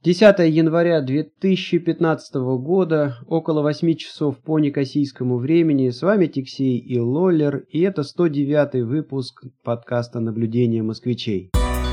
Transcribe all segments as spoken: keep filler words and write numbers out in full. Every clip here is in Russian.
десятое января две тысячи пятнадцатого года, около восьми часов по некосийскому времени. С вами Тиксей и Лоллер, и это сто девятый выпуск подкаста «Наблюдения москвичей».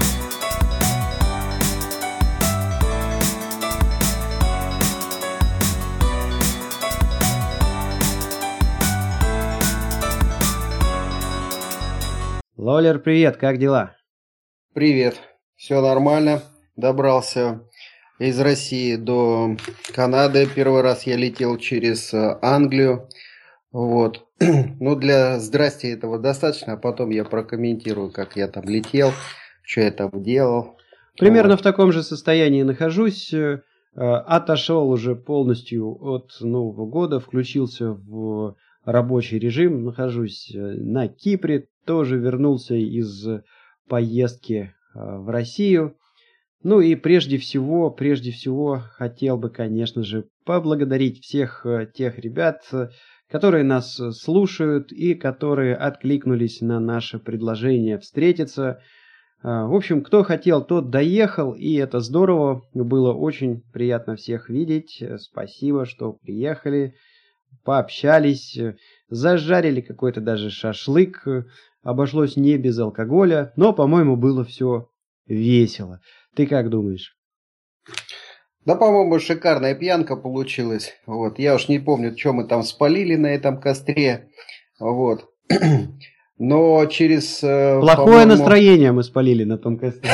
Лоллер, привет, как дела? Привет, все нормально. Добрался из России до Канады. Первый раз я летел через Англию. Вот. Ну, для здрасти этого достаточно, а потом я прокомментирую, как я там летел, что я там делал. Примерно вот. В таком же состоянии нахожусь. Отошел уже полностью от Нового года, включился в рабочий режим. Нахожусь на Кипре, тоже вернулся из поездки в Россию. Ну и прежде всего, прежде всего хотел бы, конечно же, поблагодарить всех тех ребят, которые нас слушают и которые откликнулись на наше предложение встретиться. В общем, кто хотел, тот доехал, и это здорово. Было очень приятно всех видеть. Спасибо, что приехали, пообщались, зажарили какой-то даже шашлык. Обошлось не без алкоголя, но, по-моему, было все весело. Ты как думаешь? Да, по-моему, шикарная пьянка получилась. Вот. Я уж не помню, что мы там спалили на этом костре. Вот. Но через... Плохое настроение мы спалили на том костре.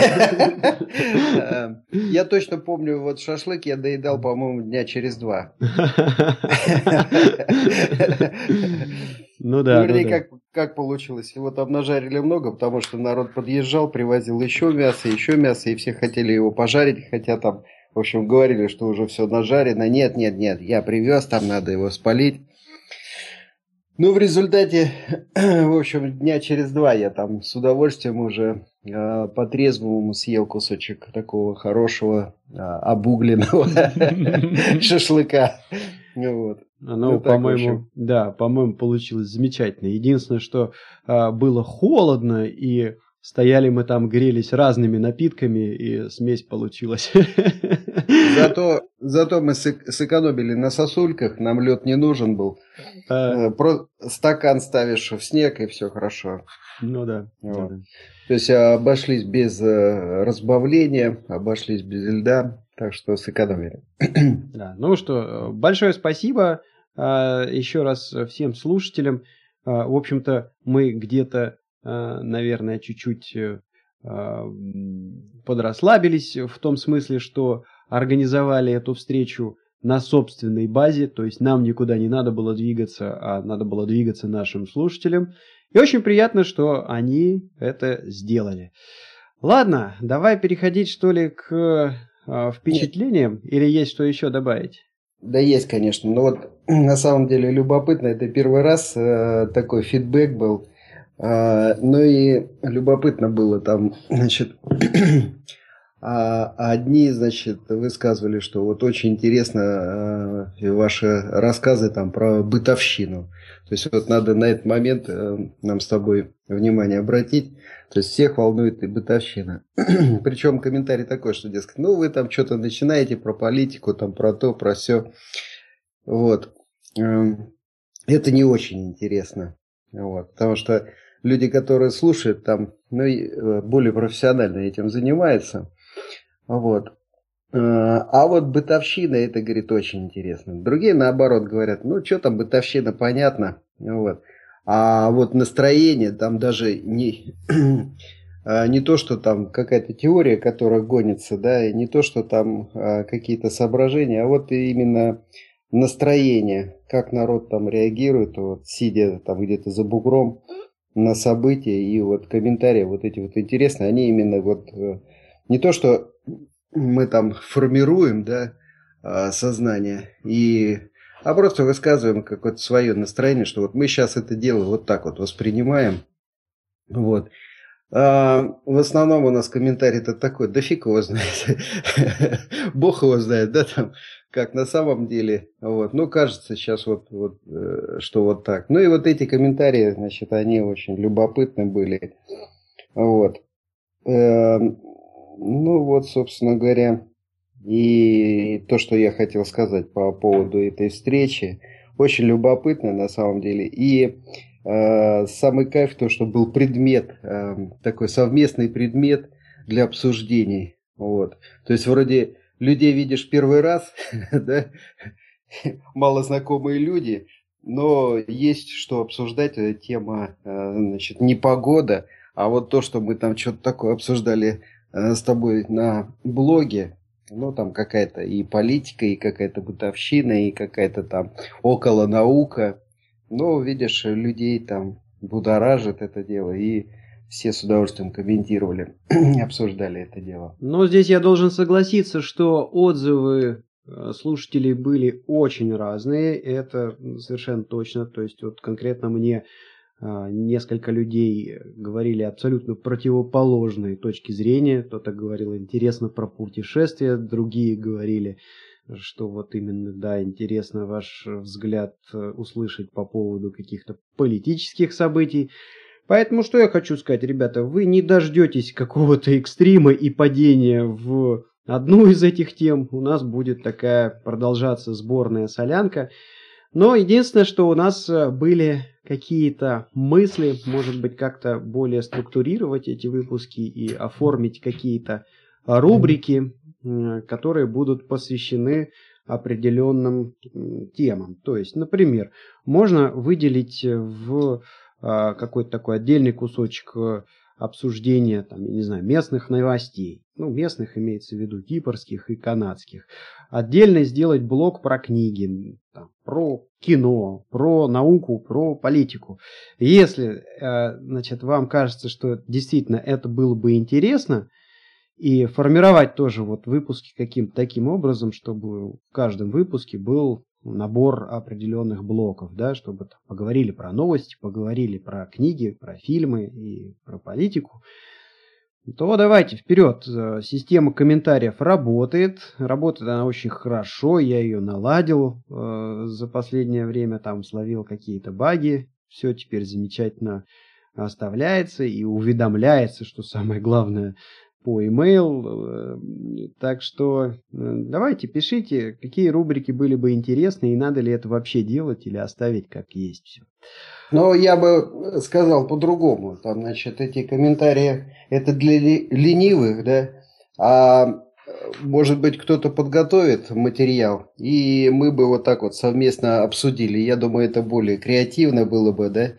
Я точно помню, вот шашлык я доедал, по-моему, дня через два. Ну да. Вернее, ну, да. как, как получилось. Его там нажарили много, потому что народ подъезжал, привозил еще мясо, еще мясо, и все хотели его пожарить, хотя там, в общем, говорили, что уже все нажарено. Нет, нет, нет, я привез, там надо его спалить. Ну, в результате, в общем, дня через два я там с удовольствием уже э, по-трезвому съел кусочек такого хорошего э, обугленного шашлыка. Вот. Ну, ну по-моему, да, по-моему, получилось замечательно. Единственное, что а, было холодно, и стояли мы там, грелись разными напитками, и смесь получилась. Зато, зато мы сэкономили на сосульках, нам лед не нужен был. А... Про стакан ставишь в снег, и все хорошо. Ну да. Вот. да, да. То есть обошлись без разбавления, обошлись без льда. Так что сэкономили. Да, ну что, большое спасибо еще раз всем слушателям. В общем-то, мы где-то, наверное, чуть-чуть подрасслабились в том смысле, что организовали эту встречу на собственной базе, то есть нам никуда не надо было двигаться, а надо было двигаться нашим слушателям. И очень приятно, что они это сделали. Ладно, давай переходить, что ли, к... впечатлением? Нет. Или есть что еще добавить? Да есть, конечно. Но вот на самом деле любопытно. Это первый раз э, такой фидбэк был. Э, ну и любопытно было там, значит, а одни, значит, высказывали, что вот очень интересно э, ваши рассказы там про бытовщину. То есть вот надо на этот момент э, нам с тобой внимание обратить. То есть всех волнует и бытовщина. Причем комментарий такой, что, дескать, ну вы там что-то начинаете про политику, там про то, про все. Вот. Это не очень интересно. Вот. Потому что люди, которые слушают, там, ну, более профессионально этим занимаются. Вот. А вот бытовщина, это, говорит, очень интересно. Другие, наоборот, говорят, ну, что там бытовщина, понятно. Вот. А вот настроение, там даже не, не то, что там какая-то теория, которая гонится, да, и не то, что там какие-то соображения, а вот именно настроение, как народ там реагирует, вот, сидя там где-то за бугром на события, и вот комментарии вот эти вот интересные, они именно вот не то, что мы там формируем, да, сознание, и... а просто высказываем какое-то свое настроение, что вот мы сейчас это дело вот так вот воспринимаем. Вот. А в основном у нас комментарий-то такой, да фиг его знает. Бог его знает, да, там, как на самом деле. Вот. Ну, кажется сейчас вот, вот, что вот так. Ну и вот эти комментарии, значит, они очень любопытны были. Вот. Ну вот, собственно говоря, И то, что я хотел сказать по поводу этой встречи, очень любопытно на самом деле. И э, самый кайф то, что был предмет, э, такой совместный предмет для обсуждений. Вот. То есть вроде людей видишь первый раз, да, малознакомые люди, но есть что обсуждать. Э, Тема, э, значит, не погода, а вот то, что мы там что-то такое обсуждали э, с тобой на блоге. Ну, там какая-то и политика, и какая-то бытовщина, и какая-то там около наука. Ну, видишь, людей там будоражит это дело, и все с удовольствием комментировали, обсуждали это дело. Но здесь я должен согласиться, что отзывы э, слушателей были очень разные, это совершенно точно. То есть вот конкретно мне э, несколько людей говорили абсолютно противоположные точки зрения. Кто-то говорил интересно про путешествия, другие говорили, что вот именно, да, интересно ваш взгляд э, услышать по поводу каких-то политических событий. Поэтому что я хочу сказать, ребята, вы не дождетесь какого-то экстрима и падения в одну из этих тем. У нас будет такая продолжаться сборная солянка. Но единственное, что у нас были какие-то мысли, может быть, как-то более структурировать эти выпуски и оформить какие-то рубрики, которые будут посвящены определенным темам. То есть, например, можно выделить в какой-то такой отдельный кусочек обсуждения, там, я не знаю, местных новостей. Ну, местных имеется в виду кипрских и канадских. Отдельно сделать блог про книги, там, про кино, про науку, про политику. Если, значит, вам кажется, что действительно это было бы интересно, и формировать тоже вот выпуски каким-то таким образом, чтобы в каждом выпуске был набор определенных блоков, да, чтобы там поговорили про новости, поговорили про книги, про фильмы и про политику, то давайте вперед. Система комментариев работает. Работает она очень хорошо. Я ее наладил э, за последнее время. Там словил какие-то баги. Все теперь замечательно оставляется и уведомляется, что самое главное, по email. Так что давайте пишите, какие рубрики были бы интересны и надо ли это вообще делать или оставить как есть все. Но я бы сказал по-другому. Там, значит, эти комментарии это для ленивых, да, а может быть кто-то подготовит материал, и мы бы вот так вот совместно обсудили. Я думаю, это более креативно было бы, да,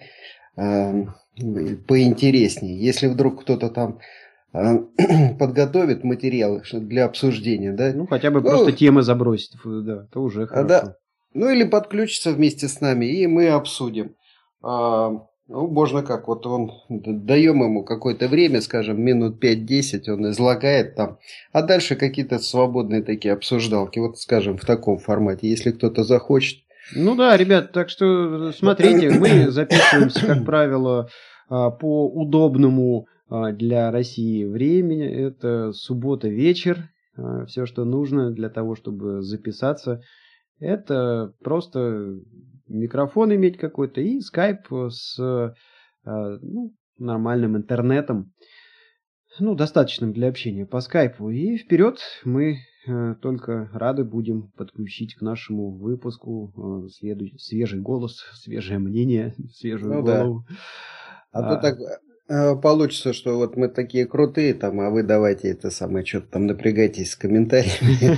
поинтереснее. Если вдруг кто-то там подготовит материал для обсуждения, да. Ну, хотя бы ну, просто темы забросить, да, то уже хорошо. Да. Ну, или подключится вместе с нами, и мы обсудим. А, ну, можно как, вот он, даем ему какое-то время, скажем, минут пять-десять, он излагает там, а дальше какие-то свободные такие обсуждалки, вот, скажем, в таком формате, если кто-то захочет. Ну да, ребят, так что смотрите, мы записываемся, как правило, по удобному для России времени. Это суббота вечер. Все, что нужно для того, чтобы записаться, это просто микрофон иметь какой-то и скайп с ну, нормальным интернетом, ну, достаточным для общения по скайпу. И вперед, мы только рады будем подключить к нашему выпуску следующий, свежий голос, свежее мнение, свежую ну, голову. Да. А, а то так получится, что вот мы такие крутые, там, а вы давайте это самое, что-то там напрягайтесь с комментариями.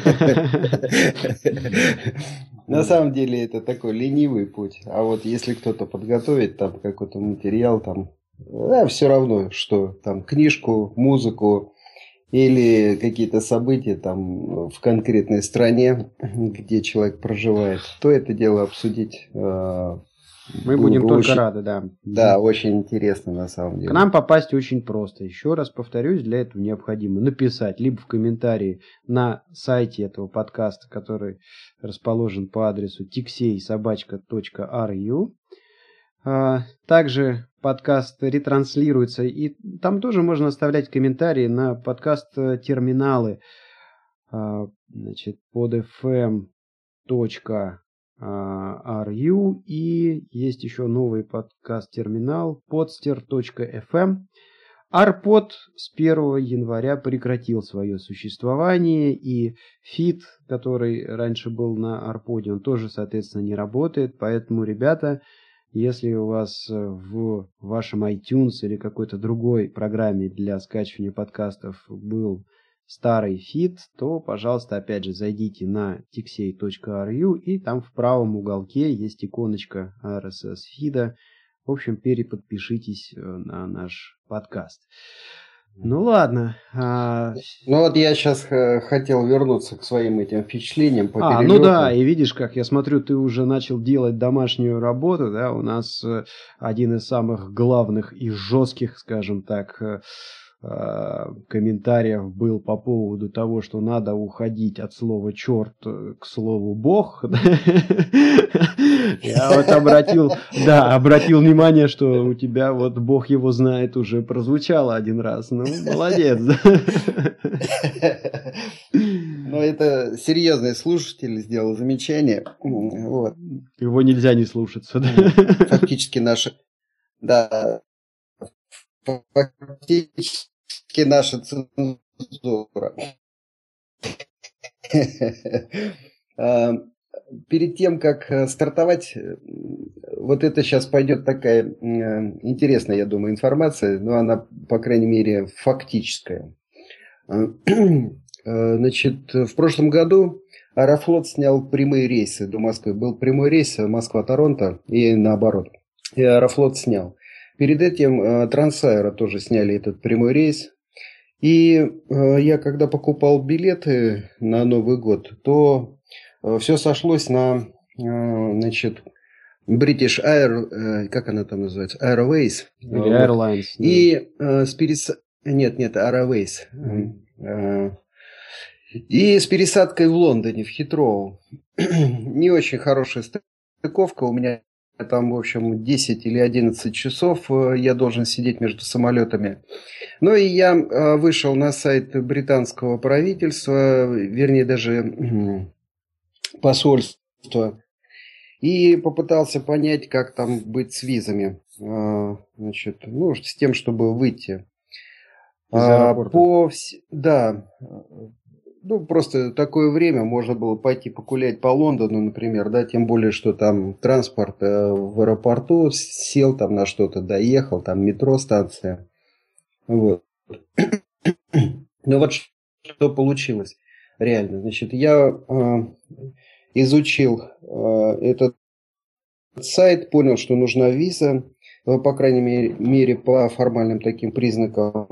На самом деле это такой ленивый путь. А вот если кто-то подготовит там какой-то материал, там, все равно, что там книжку, музыку или какие-то события там в конкретной стране, где человек проживает, то это дело обсудить. Мы будем только очень, рады, да. Да, очень интересно на самом деле. К нам попасть очень просто. Еще раз повторюсь, для этого необходимо написать либо в комментарии на сайте этого подкаста, который расположен по адресу тиксей собачка точка ру. Также подкаст ретранслируется, и там тоже можно оставлять комментарии на подкаст-терминалы, значит, под эф эм точка ру, и есть еще новый подкаст-терминал podster точка эф эм. Арпод с первого января прекратил свое существование, и фид, который раньше был на Арподе, он тоже, соответственно, не работает. Поэтому, ребята, если у вас в вашем iTunes или какой-то другой программе для скачивания подкастов был старый фид, то, пожалуйста, опять же, зайдите на tixey точка ру, и там в правом уголке есть иконочка ар эс эс-фида. В общем, переподпишитесь на наш подкаст. Ну ладно. А... Ну вот я сейчас хотел вернуться к своим этим впечатлениям по а, перелету. Ну да, и видишь, как я смотрю, ты уже начал делать домашнюю работу, да, у нас один из самых главных и жестких, скажем так, комментариев был по поводу того, что надо уходить от слова «черт» к слову «бог». Я вот обратил, да, обратил внимание, что у тебя вот «бог его знает» уже прозвучало один раз. Ну, молодец. Ну, это серьезный слушатель сделал замечание. Вот. Его нельзя не слушаться. Да? Фактически наши... Да. Фактически наша цензура. Перед тем, как стартовать, вот это сейчас пойдет такая интересная, я думаю, информация, но она, по крайней мере, фактическая. Значит, в прошлом году Аэрофлот снял прямые рейсы до Москвы. Был прямой рейс Москва-Торонто и наоборот. И Аэрофлот снял. Перед этим Трансаэро тоже сняли этот прямой рейс. И я когда покупал билеты на Новый год, то все сошлось на, значит, British Air, как она там называется, Airways. Или Airlines. И да. с перес... Нет, нет, Airways. Mm-hmm. И с пересадкой в Лондоне, в Хитроу. Не очень хорошая стыковка. У меня там, в общем, десять или одиннадцать часов я должен сидеть между самолетами. Ну и я вышел на сайт британского правительства, вернее, даже посольства, и попытался понять, как там быть с визами. Значит, ну, с тем, чтобы выйти. Из аэропорта. По... Да. Ну, просто такое время можно было пойти погулять по Лондону, например, да, тем более, что там транспорт в аэропорту, сел там на что-то, доехал, там метро, станция. Вот. Ну, вот что получилось реально. Значит, я э, изучил э, этот сайт, понял, что нужна виза, э, по крайней мере, мере, по формальным таким признакам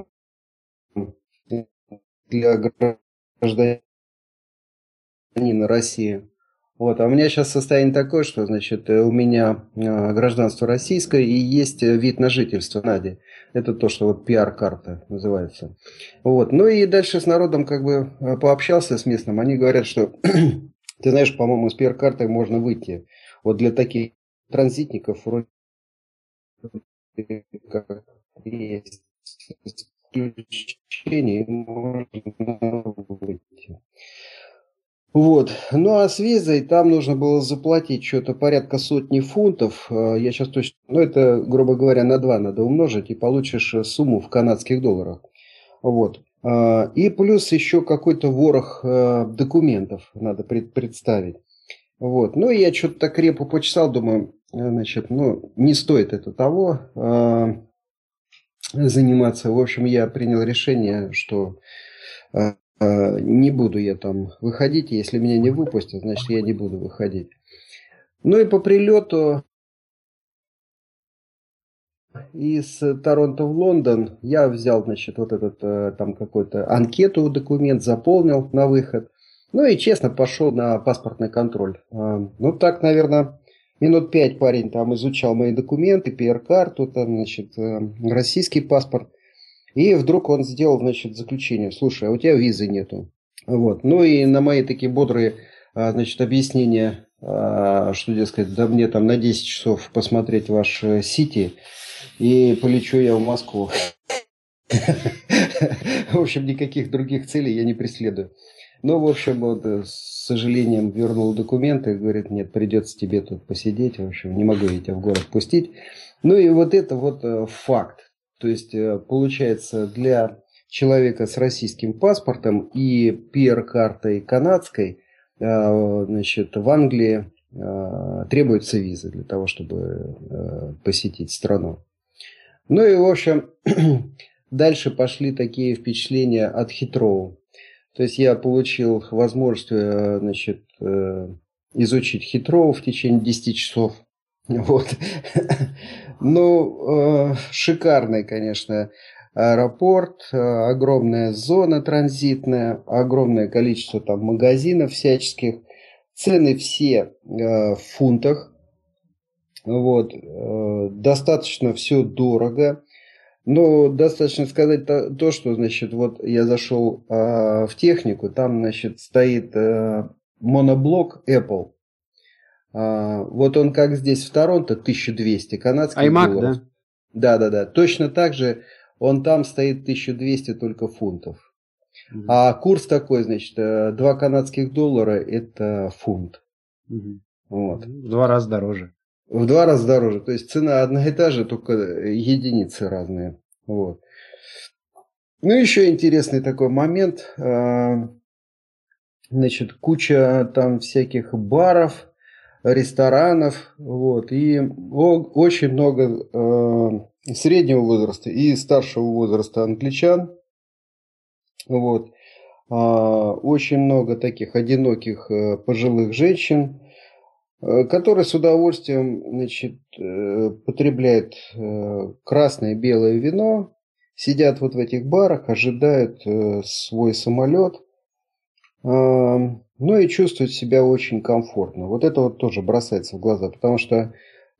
для гражданина России. Вот. А у меня сейчас состояние такое, что, значит, у меня гражданство российское и есть вид на жительство, Надя. Это то, что вот пиар-карта называется. Вот. Ну и дальше с народом как бы пообщался с местным. Они говорят, что, ты знаешь, по-моему, с пиар-картой можно выйти. Вот для таких транзитников вроде как есть исключение, можно выйти. Вот. Ну а с визой там нужно было заплатить что-то порядка сотни фунтов. Я сейчас точно... Ну это, грубо говоря, на два надо умножить, и получишь сумму в канадских долларах. Вот. И плюс еще какой-то ворох документов надо представить. Вот. Ну и я что-то так репу почесал, думаю, значит, ну не стоит это того заниматься. В общем, я принял решение, что... Не буду я там выходить, если меня не выпустят, значит, я не буду выходить. Ну и по прилету из Торонто в Лондон я взял, значит, вот этот там какой-то анкету, документ, заполнил на выход. Ну и честно пошел на паспортный контроль. Ну так, наверное, минут пять парень там изучал мои документы, пи ар-карту, там, значит, российский паспорт. И вдруг он сделал, значит, заключение. Слушай, а у тебя визы нету. Вот. Ну и на мои такие бодрые, значит, объяснения, что, дескать, да мне там на десять часов посмотреть ваш Сити, и полечу я в Москву. В общем, никаких других целей я не преследую. Ну, в общем, вот, с сожалением вернул документы, говорит, нет, придется тебе тут посидеть, в общем, не могу я тебя в город пустить. Ну и вот это вот факт. То есть, получается, для человека с российским паспортом и пи ар-картой канадской, значит, в Англии требуется виза для того, чтобы посетить страну. Ну и, в общем, дальше пошли такие впечатления от Heathrow. То есть я получил возможность, значит, изучить Heathrow в течение десяти часов. Вот. Ну, шикарный, конечно, аэропорт, огромная зона транзитная, огромное количество там магазинов всяческих. Цены все в фунтах. Вот. Достаточно все дорого. Но достаточно сказать то, то, что, значит, вот я зашел э, в технику, там, значит, стоит э, моноблок Apple. Э, вот он как здесь в Торонто, тысяча двести канадских iMac, долларов. Да? Да, да, да. Точно так же он там стоит тысяча двести только фунтов. Mm-hmm. А курс такой, значит, два канадских доллара это фунт. Mm-hmm. Вот. В два раза дороже. В два раза дороже. То есть цена одна и та же, только единицы разные. Вот. Ну, еще интересный такой момент. Значит, куча там всяких баров, ресторанов. Вот. И очень много среднего возраста и старшего возраста англичан. Вот. Очень много таких одиноких пожилых женщин, которые с удовольствием, значит, потребляют красное и белое вино, сидят вот в этих барах, ожидают свой самолет, ну и чувствуют себя очень комфортно. Вот это вот тоже бросается в глаза, потому что,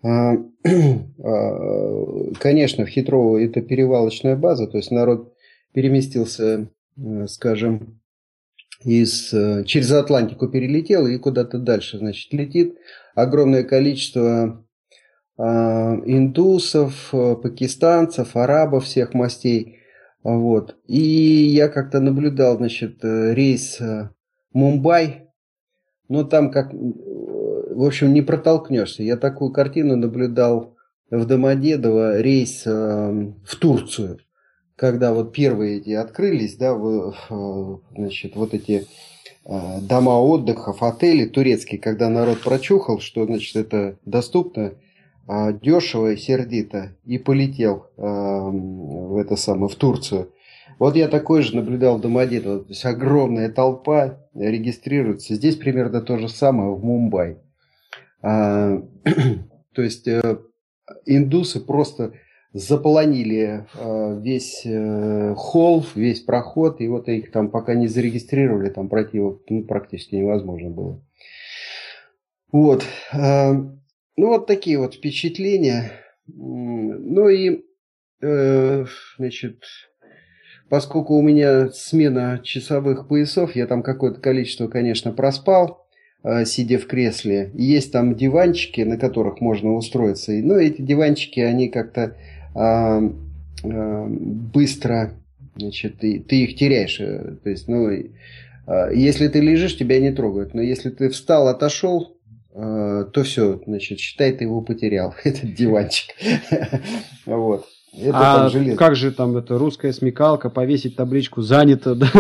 конечно, в Heathrow это перевалочная база, то есть народ переместился, скажем, из, через Атлантику перелетел и куда-то дальше, значит, летит. Огромное количество э, индусов, пакистанцев, арабов всех мастей. Вот. И я как-то наблюдал, значит, рейс Мумбай. Но там как, в общем, не протолкнешься. Я такую картину наблюдал в Домодедово, рейс э, в Турцию. Когда вот первые эти открылись, да, значит, вот эти дома отдыха, отели турецкие, когда народ прочухал, что, значит, это доступно, дешево и сердито, и полетел в это самое, в Турцию. Вот я такой же наблюдал в Домодедово, то есть огромная толпа регистрируется. Здесь примерно то же самое в Мумбаи. То есть индусы просто заполонили э, весь э, холл, весь проход, и вот их там пока не зарегистрировали, там пройти ну, практически невозможно было. Вот. Э, ну, вот такие вот впечатления. Ну и, э, значит, поскольку у меня смена часовых поясов, я там какое-то количество, конечно, проспал, э, сидя в кресле. Есть там диванчики, на которых можно устроиться. Но эти диванчики, они как-то быстро, значит, ты, ты их теряешь. То есть, ну, если ты лежишь, тебя не трогают. Но если ты встал, отошел, то все, значит, считай, ты его потерял, этот диванчик. Вот. Это а как же там это русская смекалка, повесить табличку «занято», да?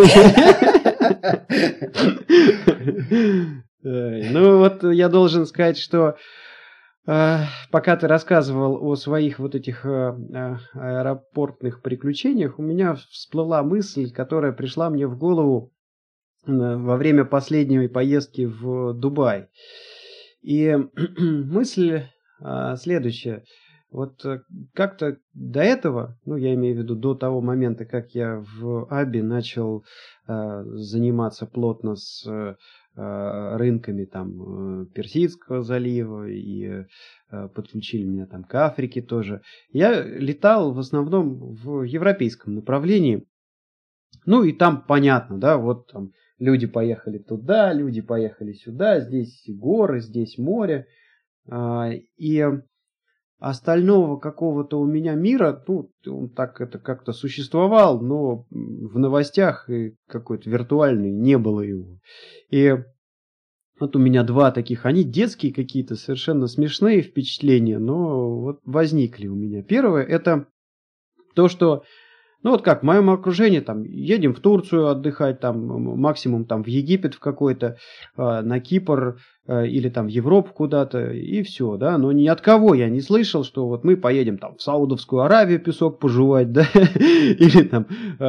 Ну вот я должен сказать, что пока ты рассказывал о своих вот этих аэропортных приключениях, у меня всплыла мысль, которая пришла мне в голову во время последней поездки в Дубай. И мысль следующая. Вот как-то до этого, ну я имею в виду до того момента, как я в Аби начал заниматься плотно с рынками там Персидского залива и подключили меня там к Африке тоже. Я летал в основном в европейском направлении. Ну и там понятно, да, вот там люди поехали туда, люди поехали сюда, здесь горы, здесь море. И остального какого-то у меня мира, ну, он так это как-то существовал, но в новостях и какой-то виртуальный не было его. И вот у меня два таких, они детские какие-то, совершенно смешные впечатления, но вот возникли у меня. Первое, это То, что, ну вот как, в моем окружении, там, едем в Турцию отдыхать, там, максимум там в Египет в какой-то, э, на Кипр, э, или там в Европу куда-то, и все, да, но ни от кого я не слышал, что вот мы поедем там в Саудовскую Аравию песок пожевать, да, или там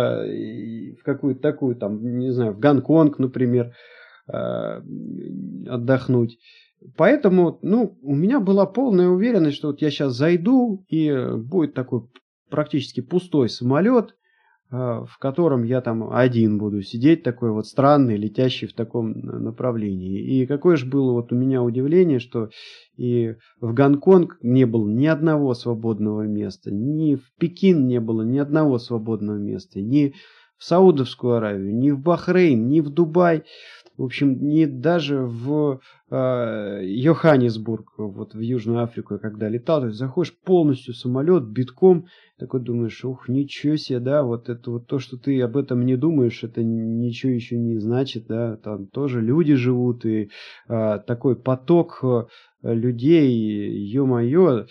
э, в какую-то такую, там, не знаю, в Гонконг, например, э, отдохнуть. Поэтому, ну, у меня была полная уверенность, что вот я сейчас зайду, и будет такой практически пустой самолет, в котором я там один буду сидеть, такой вот странный, летящий в таком направлении. И какое же было вот у меня удивление, что и в Гонконг не было ни одного свободного места, ни в Пекин не было ни одного свободного места, ни в Саудовскую Аравию, ни в Бахрейн, ни в Дубай. В общем, не даже в э, Йоханнесбург, вот в Южную Африку, когда летал, то есть заходишь полностью в самолет, битком, такой думаешь, ух, ничего себе, да, вот это вот то, что ты об этом не думаешь, это ничего еще не значит, да, там тоже люди живут, и э, такой поток э, людей, ё-моё,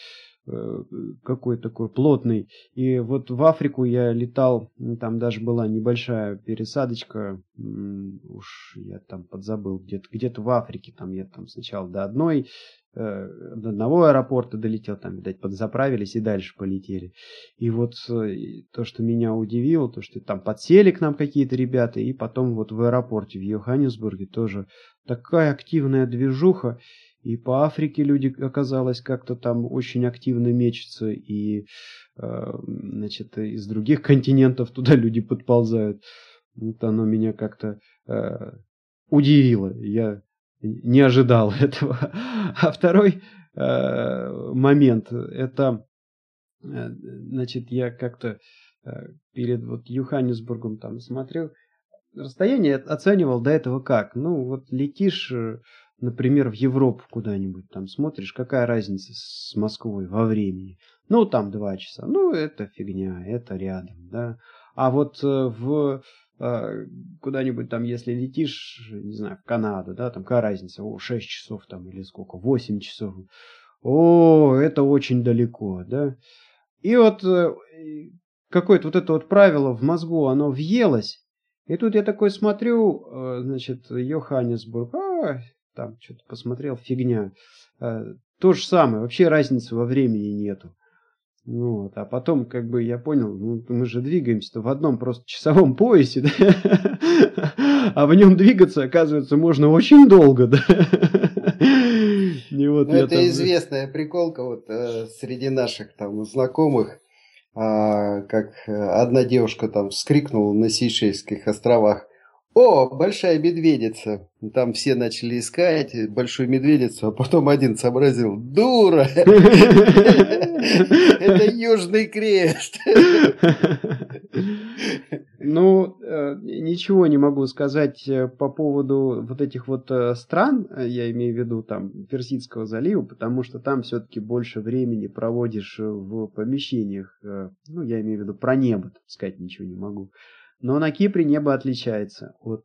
какой такой плотный. И вот в Африку я летал, там даже была небольшая пересадочка, уж я там подзабыл, где-то где-то в Африке, там я там сначала до одной, э, до одного аэропорта долетел, там, видать, подзаправились и дальше полетели. И вот э, то, что меня удивило, то, что там подсели к нам какие-то ребята, и потом вот в аэропорте в Йоханнесбурге тоже такая активная движуха. И по Африке люди, оказалось, как-то там очень активно мечутся, и, э, значит, из других континентов туда люди подползают. Вот оно меня как-то э, удивило. Я не ожидал этого. А второй э, момент, это, э, значит, я как-то э, перед вот Йоханнесбургом там смотрел, расстояние оценивал до этого как? Ну, вот летишь, например, в Европу куда-нибудь, там смотришь, какая разница с Москвой во времени. Ну, там два часа. Ну, это фигня, это рядом, да. А вот в куда-нибудь там, если летишь, не знаю, в Канаду, да, там какая разница? О, шесть часов там или сколько? восемь часов. О, это очень далеко, да. И вот какое-то вот это вот правило в мозгу, оно въелось. И тут я такой смотрю, значит, Йоханнесбург, а, там что-то посмотрел, фигня. То же самое, вообще разницы во времени нету. Вот. А потом, как бы, я понял, ну, мы же двигаемся-то в одном просто часовом поясе, да? А в нем двигаться, оказывается, можно очень долго, да? Вот ну, это там... известная приколка вот э, среди наших там знакомых. А, как одна девушка там вскрикнула на Сейшельских островах: «О, большая медведица!» Там все начали искать большую медведицу, а потом один сообразил: «Дура! Это Южный Крест!» Ну, ничего не могу сказать по поводу вот этих вот стран, я имею в виду там Персидского залива, потому что там все-таки больше времени проводишь в помещениях. Ну, я имею в виду про небо, так сказать, ничего не могу. Но на Кипре небо отличается от,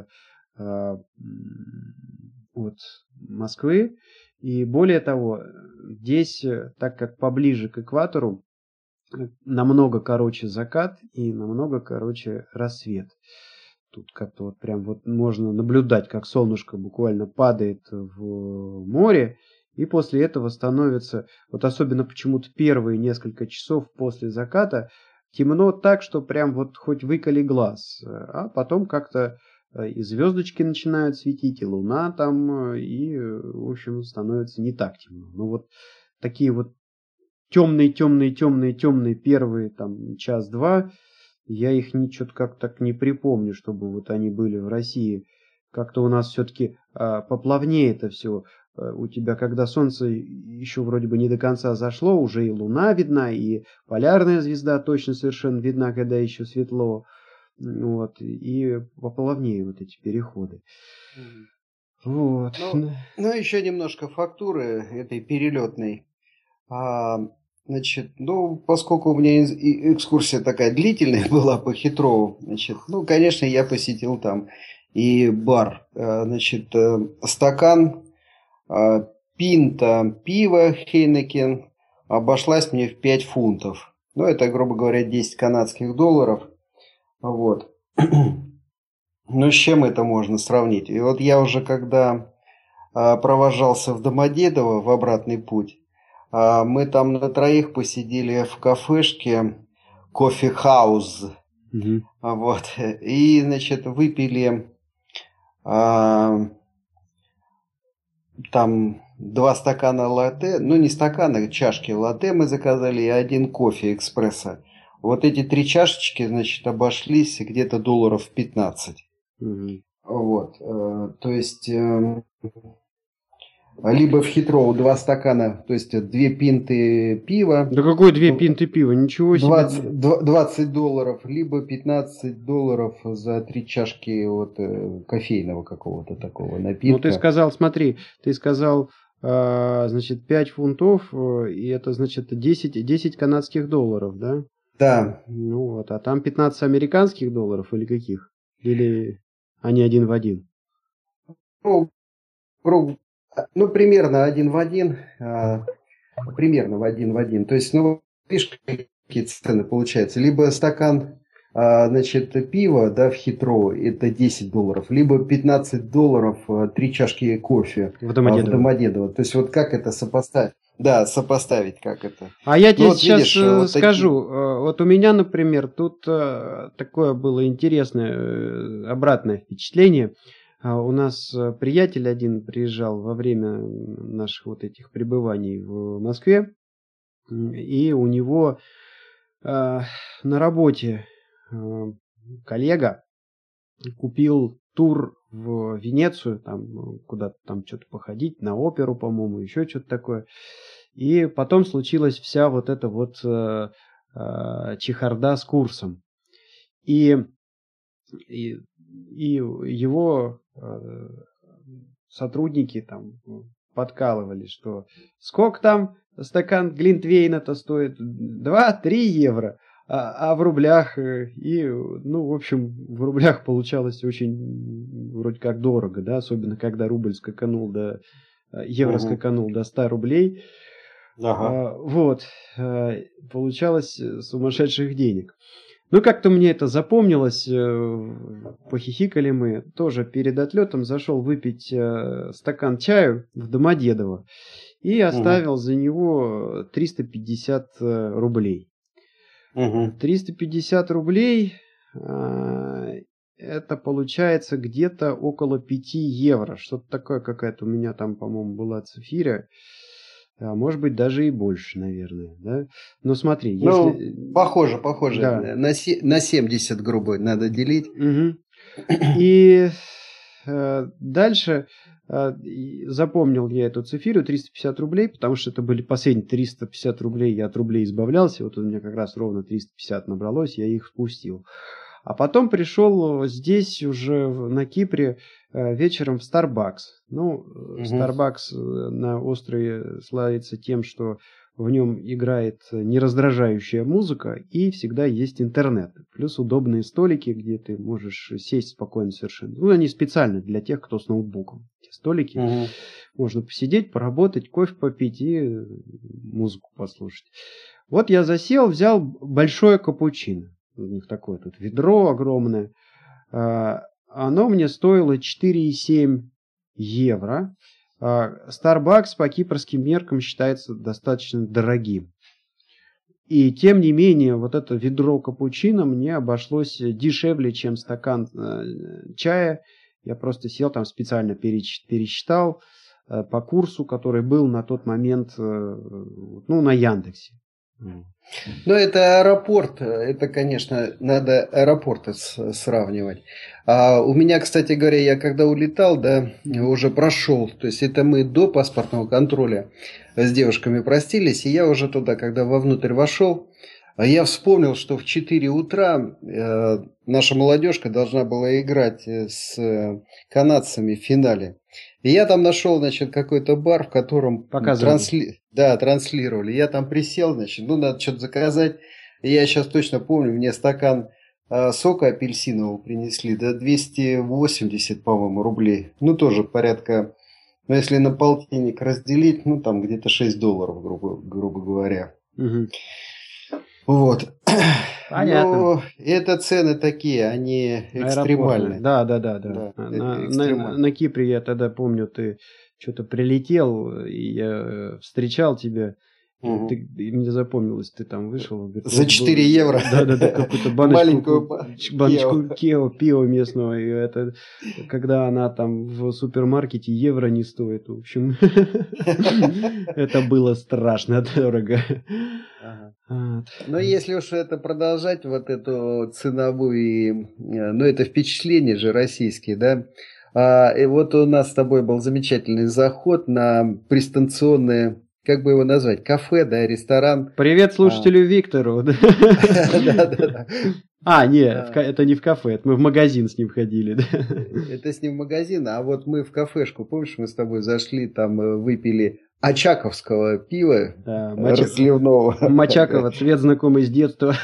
от Москвы. И более того, здесь, так как поближе к экватору, намного короче закат и намного короче рассвет. Тут как-то вот прям вот можно наблюдать, как солнышко буквально падает в море, и после этого становится, вот особенно почему-то первые несколько часов после заката, темно так, что прям вот хоть выколи глаз, а потом как-то и звездочки начинают светить, и луна там, и, в общем, становится не так темно. Ну вот такие вот темные, темные, темные, темные первые там час-два, я их ничего как так не припомню, чтобы вот они были в России. Как-то у нас все-таки а, поплавнее это все. А, у тебя, когда солнце еще вроде бы не до конца зашло, уже и луна видна, и полярная звезда точно совершенно видна, когда еще светло. Вот, и поплавнее вот эти переходы. Вот. Ну, ну, еще немножко фактуры этой перелетной. А, значит, ну, поскольку у меня экскурсия такая длительная была по Хитрову, значит, ну, конечно, я посетил там и бар. Значит, стакан пинта пива Хейнекен обошлась мне в пять фунтов. Ну, это, грубо говоря, десять канадских долларов. Вот. Ну, с чем это можно сравнить? И вот я уже когда а, провожался в Домодедово в обратный путь, а, мы там на троих посидели в кафешке Кофе Хаус. Угу. Вот. И, значит, выпили а, там два стакана латте, ну не стакана, чашки латте мы заказали и один кофе экспрессо. Вот эти три чашечки, значит, обошлись где-то долларов пятнадцать. Угу. Вот. э, То есть, э, либо в Хитроу два стакана, то есть две пинты пива, Да какой две ну, пинты пива? Ничего себе. двадцать, двадцать долларов, либо пятнадцать долларов за три чашки вот, э, кофейного какого-то такого Ну, напитка. ты сказал, смотри, ты сказал, а, значит, пять фунтов, э, и это, значит, десять, десять канадских долларов, да? Да. Ну вот, а там пятнадцать американских долларов или каких? Или они один в один? Ну, грубо- ну, примерно один в один. а, примерно в один в один. То есть, ну, видишь, какие цены получаются. Либо стакан, а, значит, пива, да, в Хитроу, это десять долларов. Либо пятнадцать долларов а, три чашки кофе В а, в Домодедово. Домодедово. То есть, вот как это сопоставить? Да, сопоставить как это. А я тебе Ну, вот сейчас видишь, э, вот скажу. такие... Э, Вот у меня, например, тут э, такое было интересное э, обратное впечатление. А У нас э, приятель один приезжал во время наших вот этих пребываний в Москве, м, и у него э, на работе э, коллега купил тур в Венецию, там э, куда-то там что-то походить, на оперу, по-моему, еще что-то такое. И потом случилась вся вот эта вот э, э, чехарда с курсом. И, и, и его э, сотрудники там подкалывали, что сколько там стакан Глинтвейна-то стоит? два-три евро. А, а в рублях, э, и, ну, в общем, в рублях получалось очень вроде как дорого, да, особенно когда рубль скаканул до, э, евро Мгм. скаканул до ста рублей. Ага. А, Вот, э, получалось э, сумасшедших денег. Ну, как-то мне это запомнилось, э, похихикали мы. Тоже перед отлетом зашел выпить э, стакан чаю в Домодедово и Мгм. оставил за него триста пятьдесят э, рублей. Мгм. триста пятьдесят рублей, а, это получается где-то около пяти евро. Что-то такое какая-то у меня там, по-моему, была цифира. А может быть, даже и больше, наверное. Да? Но смотри, Ну, если... похоже, похоже. Да. На, се- на семьдесят, грубо, надо делить. Мгм. И э, дальше э, и запомнил я эту цифиру триста пятьдесят рублей, потому что это были последние триста пятьдесят рублей, я от рублей избавлялся, вот у меня как раз ровно триста пятьдесят набралось, я их спустил. А потом пришел здесь уже в- на Кипре э, вечером в Starbucks. Ну, э, Мгм. Starbucks э, на острове славится тем, что в нем играет нераздражающая музыка и всегда есть интернет. Плюс удобные столики, где ты можешь сесть спокойно совершенно. Ну, они специально для тех, кто с ноутбуком. Эти столики. Мгм. Можно посидеть, поработать, кофе попить и э, музыку послушать. Вот я засел, взял большое капучино. У них такое тут ведро огромное. А, Оно мне стоило четыре и семь евро. А, Starbucks по кипрским меркам считается достаточно дорогим. И тем не менее, вот это ведро капучино мне обошлось дешевле, чем стакан э, чая. Я просто сел там специально переч- пересчитал э, по курсу, который был на тот момент, э, ну, на Яндексе. Ну, это аэропорт. Это, конечно, надо аэропорты с- сравнивать. А у меня, кстати говоря, я когда улетал, да, уже прошел. То есть это мы до паспортного контроля с девушками простились. И я уже туда, когда вовнутрь вошел, а я вспомнил, что в четыре утра э, наша молодежка должна была играть э, с э, канадцами в финале. И я там нашел, значит, какой-то бар, в котором Показывали. трансли... да, транслировали. Я там присел, значит, ну, надо что-то заказать. И я сейчас точно помню, мне стакан э, сока апельсинового принесли, да, двести восемьдесят, по-моему, рублей. Ну, тоже порядка, ну, если на полтинник разделить, ну, там где-то шесть долларов, грубо, грубо говоря. Мгм. Вот. Понятно. Ну, это цены такие, они экстремальные. Да, да, да, да. Да, На, это на, экстремально. на Кипре я тогда помню, ты что-то прилетел, и я встречал тебя. И Мгм. ты, и мне запомнилось, ты там вышел. Говорит, За вот четыре был- евро. Да, да, да, какую-то баночку, Маленькую ку- ба- баночку Кео. кео, пива местного. И это, когда она там в супермаркете евро не стоит. В общем, это было страшно дорого. Ага. Вот. Но если уж это продолжать, вот эту ценовую, э, ну это впечатления же российские, да. А, и вот у нас с тобой был замечательный заход на пристанционное, как бы его назвать, кафе, да, ресторан. Привет слушателю Виктору. Да-да-да. А, не, А. в ка- это не в кафе, это мы в магазин с ним ходили. Да? Это с ним в магазин, а вот мы в кафешку, помнишь, мы с тобой зашли, там э, выпили очаковского пива Да, Мача- разливного. Мачакова, цвет знакомый с детства.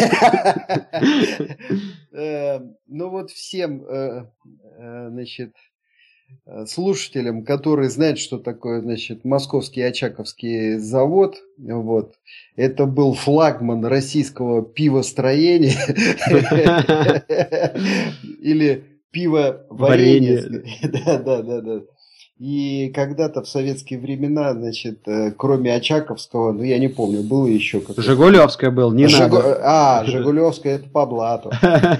Э, Ну вот всем, э, э, значит, э, слушателям, которые знают, что такое, значит, Московский Очаковский завод, вот, это был флагман российского пивостроения или пивоварения. Да, да, да, да. И когда-то в советские времена, значит, э, кроме Очаковского, ну я не помню, было еще какое-то. Жигулевская был, не Жигу- надо. А, Жигулевская, это по блату.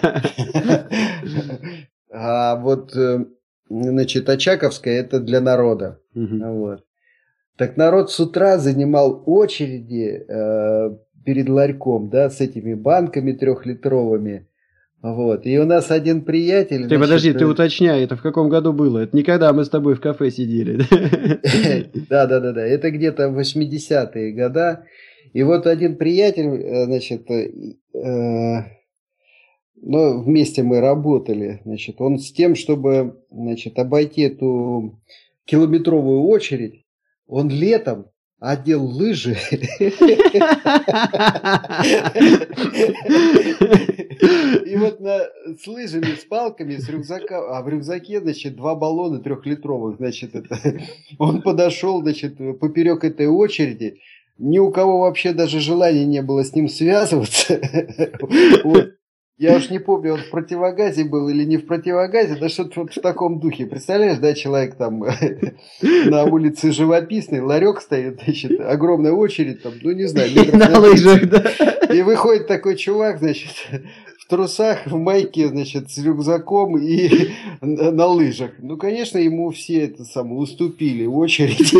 А вот, э, значит, Очаковская это для народа. Мгм. Вот. Так народ с утра занимал очереди э, перед ларьком, да, с этими банками трехлитровыми. Вот. И у нас один приятель. Ты значит, подожди, ты э, уточняй, это в каком году было? Это не когда мы с тобой в кафе сидели. Да, да, да, да. Это где-то восьмидесятые года. И вот один приятель, э, значит, э, э, ну, вместе мы работали, значит, он с тем, чтобы, значит, обойти эту километровую очередь, он летом одел лыжи. И вот на, с лыжами, с палками, с рюкзака, а в рюкзаке, значит, два баллона трехлитровых, значит, это, он подошел, значит, поперек этой очереди, ни у кого вообще даже желания не было с ним связываться. Вот. Я уж не помню, он в противогазе был или не в противогазе, да что-то вот в таком духе. Представляешь, да, человек там на улице Живописной, ларек стоит, значит, огромная очередь, там, ну не знаю, метров На на лыжах, да. и выходит такой чувак, значит, в трусах, в майке, значит, с рюкзаком и на, на лыжах. Ну, конечно, ему все это самое уступили в очереди.